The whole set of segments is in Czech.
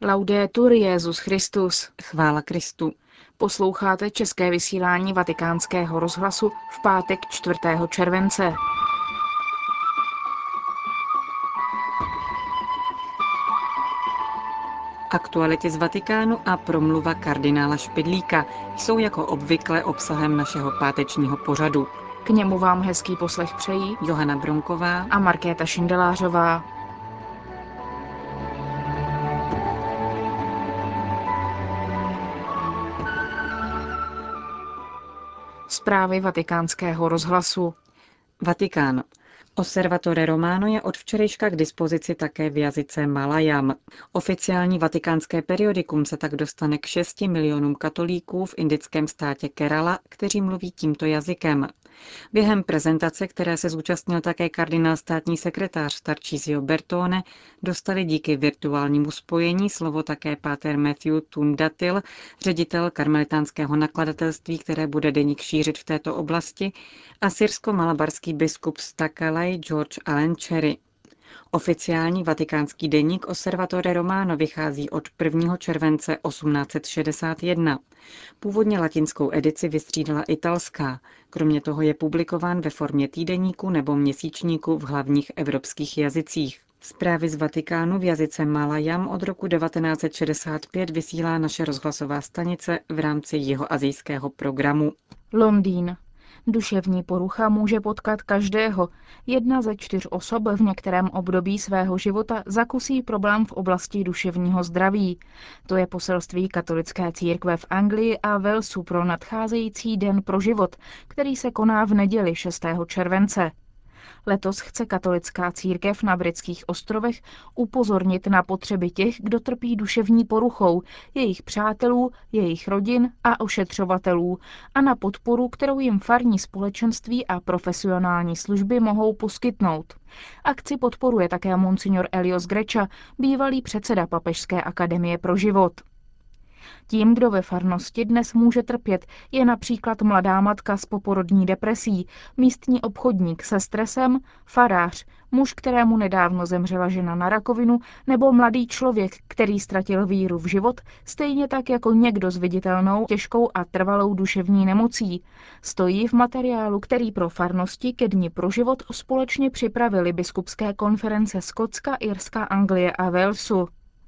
Laudetur Jesus Christus. Chvála Kristu. Posloucháte české vysílání Vatikánského rozhlasu v pátek 4. července. Aktuality z Vatikánu a promluva kardinála Špidlíka jsou jako obvykle obsahem našeho pátečního pořadu. K němu vám hezký poslech přejí Johana Bronková a Markéta Šindelářová. Zprávy Vatikánského rozhlasu. Vatikán. Osservatore Romano je od včerejška k dispozici také v jazyce Malajam. Oficiální vatikánské periodikum se tak dostane k 6 milionům katolíků v indickém státě Kerala, kteří mluví tímto jazykem. Během prezentace, které se zúčastnil také kardinál státní sekretář Tarcisio Bertone, dostali díky virtuálnímu spojení slovo také páter Matthew Tundatil, ředitel karmelitánského nakladatelství, které bude deník šířit v této oblasti, a syrsko-malabarský biskup z Takalaj George Allen Cherry. Oficiální vatikánský deník Osservatore Romano vychází od 1. července 1861. Původně latinskou edici vystřídala italská, kromě toho je publikován ve formě týdeníku nebo měsíčníku v hlavních evropských jazycích. Zprávy z Vatikánu v jazyce Malajam od roku 1965 vysílá naše rozhlasová stanice v rámci jihoasijského programu. Londýn. Duševní porucha může potkat každého. 1 ze 4 osob v některém období svého života zakusí problém v oblasti duševního zdraví. To je poselství katolické církve v Anglii a Walesu pro nadcházející Den pro život, který se koná v neděli 6. července. Letos chce katolická církev na Britských ostrovech upozornit na potřeby těch, kdo trpí duševní poruchou, jejich přátelů, jejich rodin a ošetřovatelů a na podporu, kterou jim farní společenství a profesionální služby mohou poskytnout. Akci podporuje také monsignor Elios Greča, bývalý předseda Papežské akademie pro život. Tím, kdo ve farnosti dnes může trpět, je například mladá matka s poporodní depresí, místní obchodník se stresem, farář, muž, kterému nedávno zemřela žena na rakovinu, nebo mladý člověk, který ztratil víru v život, stejně tak jako někdo s viditelnou, těžkou a trvalou duševní nemocí. Stojí v materiálu, který pro farnosti ke Dni pro život společně připravili biskupské konference Skotska, Irska, Anglie a Walesu.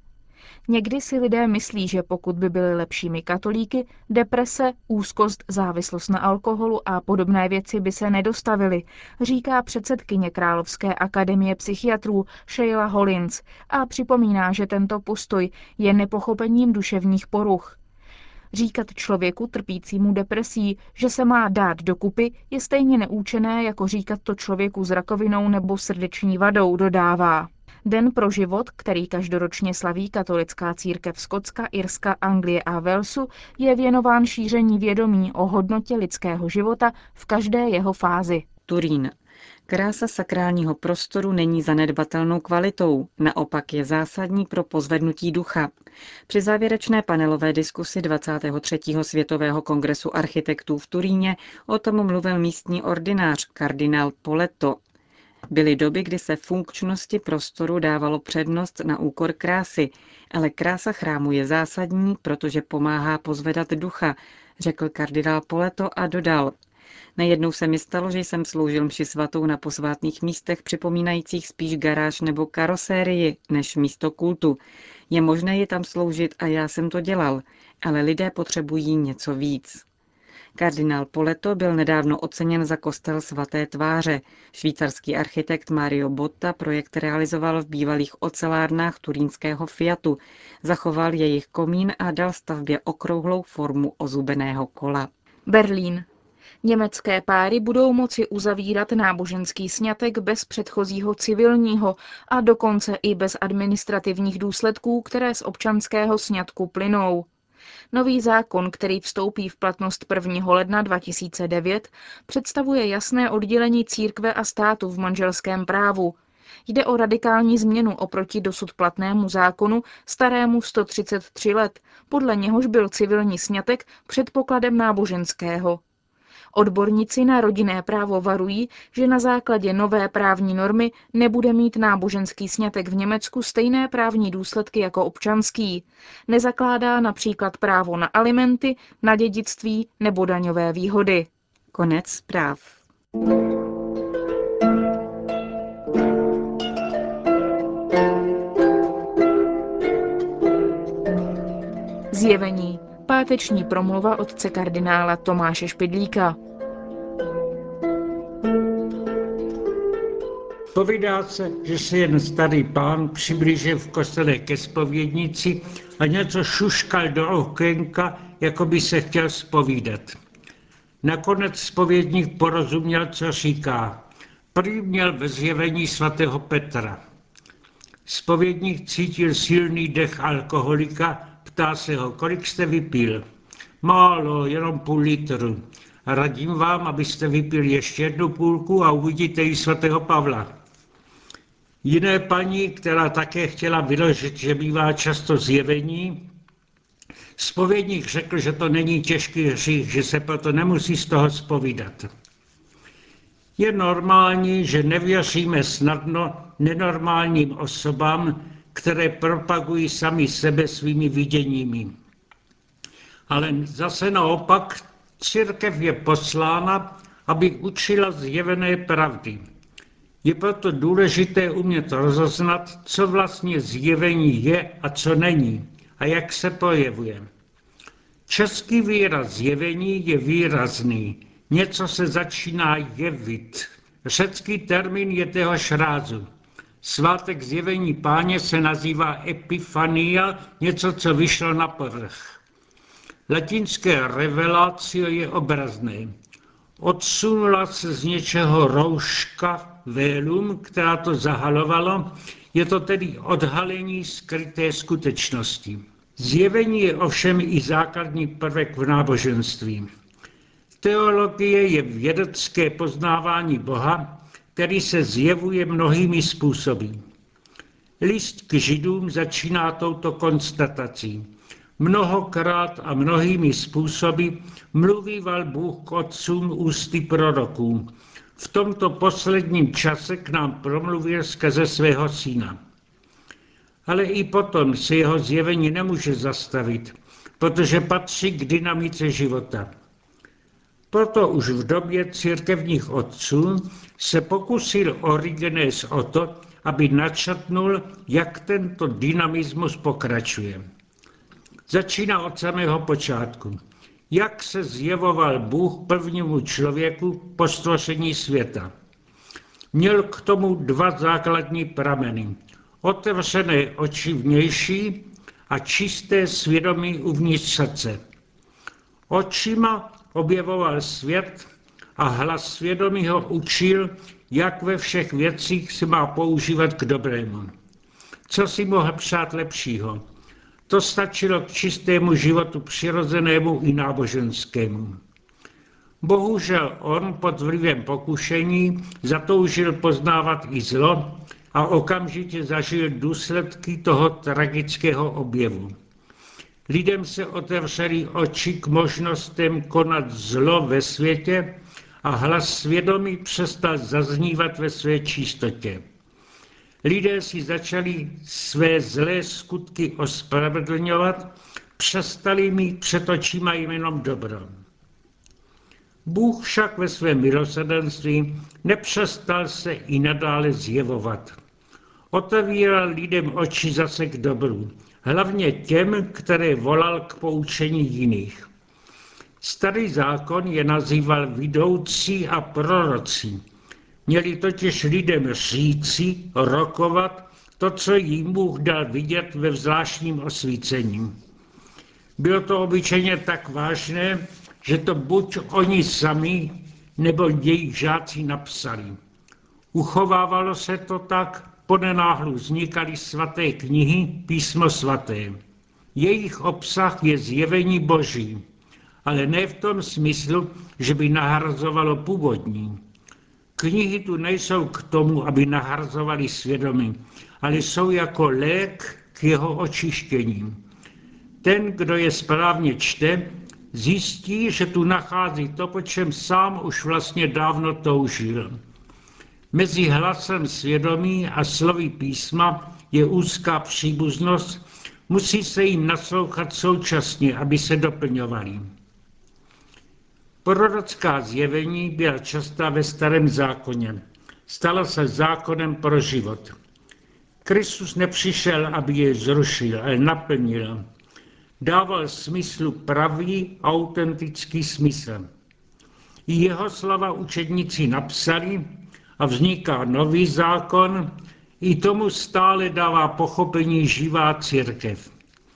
Někdy si lidé myslí, že pokud by byli lepšími katolíky, deprese, úzkost, závislost na alkoholu a podobné věci by se nedostavily, říká předsedkyně Královské akademie psychiatrů Sheila Hollins a připomíná, že tento postoj je nepochopením duševních poruch. Říkat člověku trpícímu depresí, že se má dát dokupy, je stejně neúčinné, jako říkat to člověku s rakovinou nebo srdeční vadou, dodává. Den pro život, který každoročně slaví katolická církev Skotska, Irska, Anglie a Walesu, je věnován šíření vědomí o hodnotě lidského života v každé jeho fázi. Turín. Krása sakrálního prostoru není zanedbatelnou kvalitou, naopak je zásadní pro pozvednutí ducha. Při závěrečné panelové diskusi 23. Světového kongresu architektů v Turíně o tom mluvil místní ordinář kardinál Poletto. Byly doby, kdy se funkčnosti prostoru dávalo přednost na úkor krásy, ale krása chrámu je zásadní, protože pomáhá pozvedat ducha, řekl kardinál Poletto a dodal: Nejednou se mi stalo, že jsem sloužil mši svatou na posvátných místech připomínajících spíš garáž nebo karosérii než místo kultu. Je možné je tam sloužit a já jsem to dělal, ale lidé potřebují něco víc. Kardinál Poletto byl nedávno oceněn za kostel svaté tváře. Švýcarský architekt Mario Botta projekt realizoval v bývalých ocelárnách turínského Fiatu, zachoval jejich komín a dal stavbě okrouhlou formu ozubeného kola. Berlín. Německé páry budou moci uzavírat náboženský sňatek bez předchozího civilního a dokonce i bez administrativních důsledků, které z občanského sňatku plynou. Nový zákon, který vstoupí v platnost 1. ledna 2009, představuje jasné oddělení církve a státu v manželském právu. Jde o radikální změnu oproti dosud platnému zákonu, starému 133 let, podle něhož byl civilní sňatek předpokladem náboženského. Odborníci na rodinné právo varují, že na základě nové právní normy nebude mít náboženský sňatek v Německu stejné právní důsledky jako občanský. Nezakládá například právo na alimenty, na dědictví nebo daňové výhody. Konec zpráv. Zjevení. Páteční promluva otce kardinála Tomáše Špidlíka. Povídá se, že se jen starý pán přiblížil v kostele ke zpovědnici a něco šuškal do okénka, jako by se chtěl zpovídat. Nakonec zpovědník porozuměl, co říká. Prý měl ve zjevení svatého Petra. Zpovědník cítil silný dech alkoholika, ptá se ho, kolik jste vypil. Málo, jenom půl litru. Radím vám, abyste vypil ještě jednu půlku a uvidíte i svatého Pavla. Jiné paní, která také chtěla vyložit, že bývá často zjevení, zpovědník řekl, že to není těžký hřích, že se proto nemusí z toho zpovídat. Je normální, že nevěříme snadno nenormálním osobám, které propagují sami sebe svými viděními. Ale zase naopak, církev je poslána, aby učila zjevené pravdy. Je proto důležité umět rozeznat, co vlastně zjevení je a co není a jak se projevuje. Český výraz zjevení je výrazný. Něco se začíná jevit. Řecký termín je téhož rázu. Svátek zjevení Páně se nazývá epifania, něco, co vyšlo na povrch. Latinské revelatio je obrazné. Odsunula se z něčeho rouška, velum, která to zahalovalo, je to tedy odhalení skryté skutečnosti. Zjevení je ovšem i základní prvek v náboženství. Teologie je vědecké poznávání Boha, který se zjevuje mnohými způsoby. List k Židům začíná touto konstatací. Mnohokrát a mnohými způsoby mluvíval Bůh k otcům ústy proroků. V tomto posledním čase k nám promluvil skrze svého syna. Ale i potom se jeho zjevení nemůže zastavit, protože patří k dynamice života. Proto už v době církevních otců se pokusil Origenes o to, aby načrtnul, jak tento dynamismus pokračuje. Začíná od samého počátku. Jak se zjevoval Bůh prvnímu člověku po stvoření světa. Měl k tomu dva základní prameny. Otevřené oči vnější a čisté svědomí uvnitř srdce. Očima objevoval svět a hlas svědomí ho učil, jak ve všech věcích se má používat k dobrému. Co si mohl přát lepšího? To stačilo k čistému životu přirozenému i náboženskému. Bohužel on pod vlivem pokušení zatoužil poznávat i zlo a okamžitě zažil důsledky toho tragického objevu. Lidem se otevřely oči k možnostem konat zlo ve světě a hlas svědomí přestal zaznívat ve své čistotě. Lidé si začali své zlé skutky ospravedlňovat, přestali mít před očima jenom dobro. Bůh však ve svém milosrdenství nepřestal se i nadále zjevovat. Otevíral lidem oči zase k dobru, hlavně těm, které volal k poučení jiných. Starý zákon je nazýval vidoucí a proroci. Měli totiž lidem říci, rokovat to, co jim Bůh dal vidět ve zvláštním osvícení. Bylo to obyčejně tak vážné, že to buď oni sami, nebo jejich žáci napsali. Uchovávalo se to tak, ponenáhlu vznikaly svaté knihy, písmo svaté. Jejich obsah je zjevení Boží, ale ne v tom smyslu, že by nahrazovalo původní. Knihy tu nejsou k tomu, aby nahrazovali svědomí, ale jsou jako lék k jeho očištění. Ten, kdo je správně čte, zjistí, že tu nachází to, po čem sám už vlastně dávno toužil. Mezi hlasem svědomí a slovy písma je úzká příbuznost, musí se jim naslouchat současně, aby se doplňovali. Prorocká zjevení byla častá ve Starém zákoně. Stala se zákonem pro život. Kristus nepřišel, aby je zrušil, ale naplnil. Dával smyslu pravý, autentický smysl. I jeho slova učedníci napsali a vzniká nový zákon, i tomu stále dává pochopení živá církev.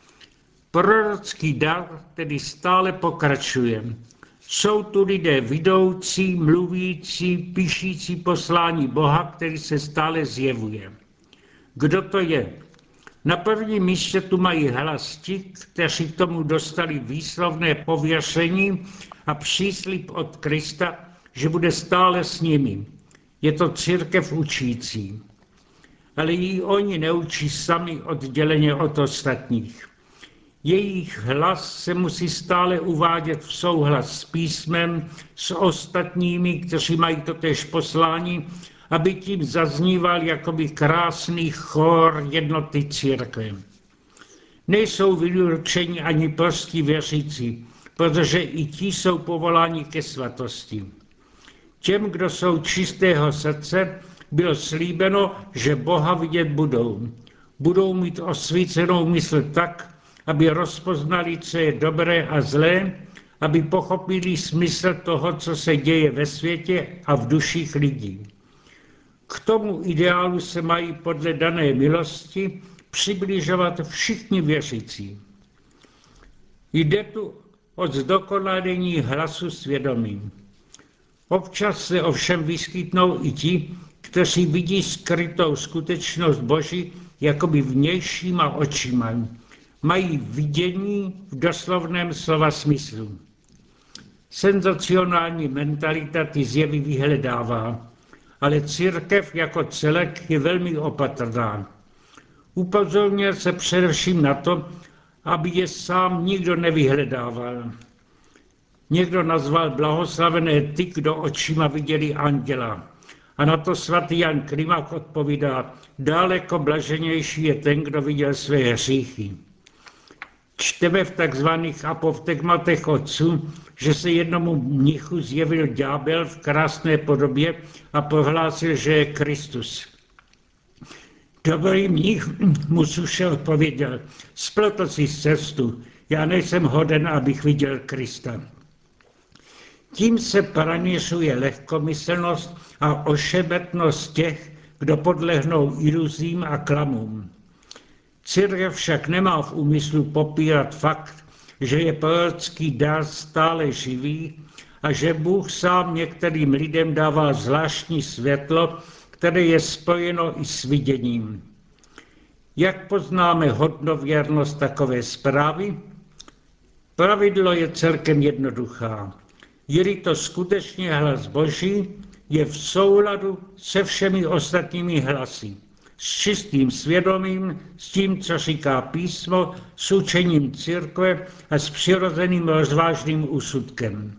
Prorocký dar tedy stále pokračuje. Jsou tu lidé vidoucí, mluvící, píšící poslání Boha, který se stále zjevuje. Kdo to je? Na prvním místě tu mají hlas ti, kteří k tomu dostali výslovné pověření a příslib od Krista, že bude stále s nimi. Je to církev učící. Ale ji oni neučí sami odděleně od ostatních. Jejich hlas se musí stále uvádět v souhlas s písmem, s ostatními, kteří mají totéž poslání, aby tím zazníval jakoby krásný chór jednoty církve. Nejsou vyloučeni ani prostí věřící, protože i ti jsou povoláni ke svatosti. Těm, kdo jsou čistého srdce, bylo slíbeno, že Boha vidět budou. Budou mít osvícenou mysl tak, aby rozpoznali, co je dobré a zlé, aby pochopili smysl toho, co se děje ve světě a v duších lidí. K tomu ideálu se mají podle dané milosti přibližovat všichni věřící. Jde tu o zdokonalení hlasu svědomí. Občas se ovšem vyskytnou i ti, kteří vidí skrytou skutečnost Boží jakoby vnějšíma očima. Mají vidění v doslovném slova smyslu. Senzacionální mentalita ty zjevy vyhledává, ale církev jako celek je velmi opatrná. Upozorňuje se především na to, aby je sám nikdo nevyhledával. Někdo nazval blahoslavené ty, kdo očima viděli anděla. A na to svatý Jan Klimak odpovídá, daleko blaženější je ten, kdo viděl své hříchy. Čteme v takzvaných apoftegmatech otců, že se jednomu mnichu zjevil ďábel v krásné podobě a prohlásil, že je Kristus. Dobrý mnich mu suše odpověděl, spletl si cestu, já nejsem hoden, abych viděl Krista. Tím se pranířuje lehkomyslnost a ošebetnost těch, kdo podlehnou iluzím a klamům. Církev však nemá v úmyslu popírat fakt, že je prorocký dar stále živý a že Bůh sám některým lidem dává zvláštní světlo, které je spojeno i s viděním. Jak poznáme hodnověrnost takové zprávy? Pravidlo je celkem jednoduchá. Je-li to skutečně hlas Boží, je v souladu se všemi ostatními hlasy. S čistým svědomím, s tím, co říká písmo, s učením církve a s přirozeným rozvážným úsudkem.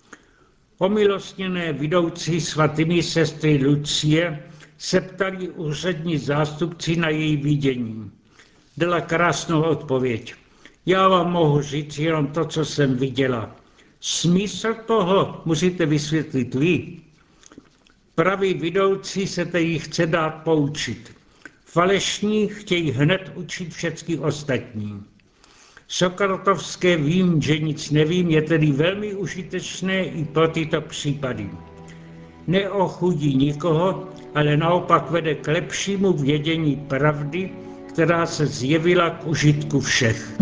Omilostněné vidoucí svatými sestry Lucie se ptali úřední zástupci na její vidění. Dala krásnou odpověď. Já vám mohu říct jenom to, co jsem viděla. Smysl toho musíte vysvětlit vy. Pravý vidoucí se tedy chce dát poučit. Falešní chtějí hned učit všechny ostatní. Sokratovské vím, že nic nevím, je tedy velmi užitečné i pro tyto případy. Neochudí nikoho, ale naopak vede k lepšímu vědění pravdy, která se zjevila k užitku všech.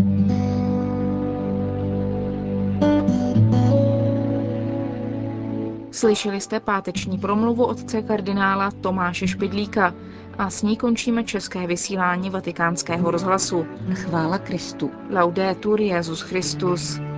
Slyšeli jste páteční promluvu otce kardinála Tomáše Špidlíka a s ní končíme české vysílání Vatikánského rozhlasu. Chvála Kristu. Laudetur Jesus Christus.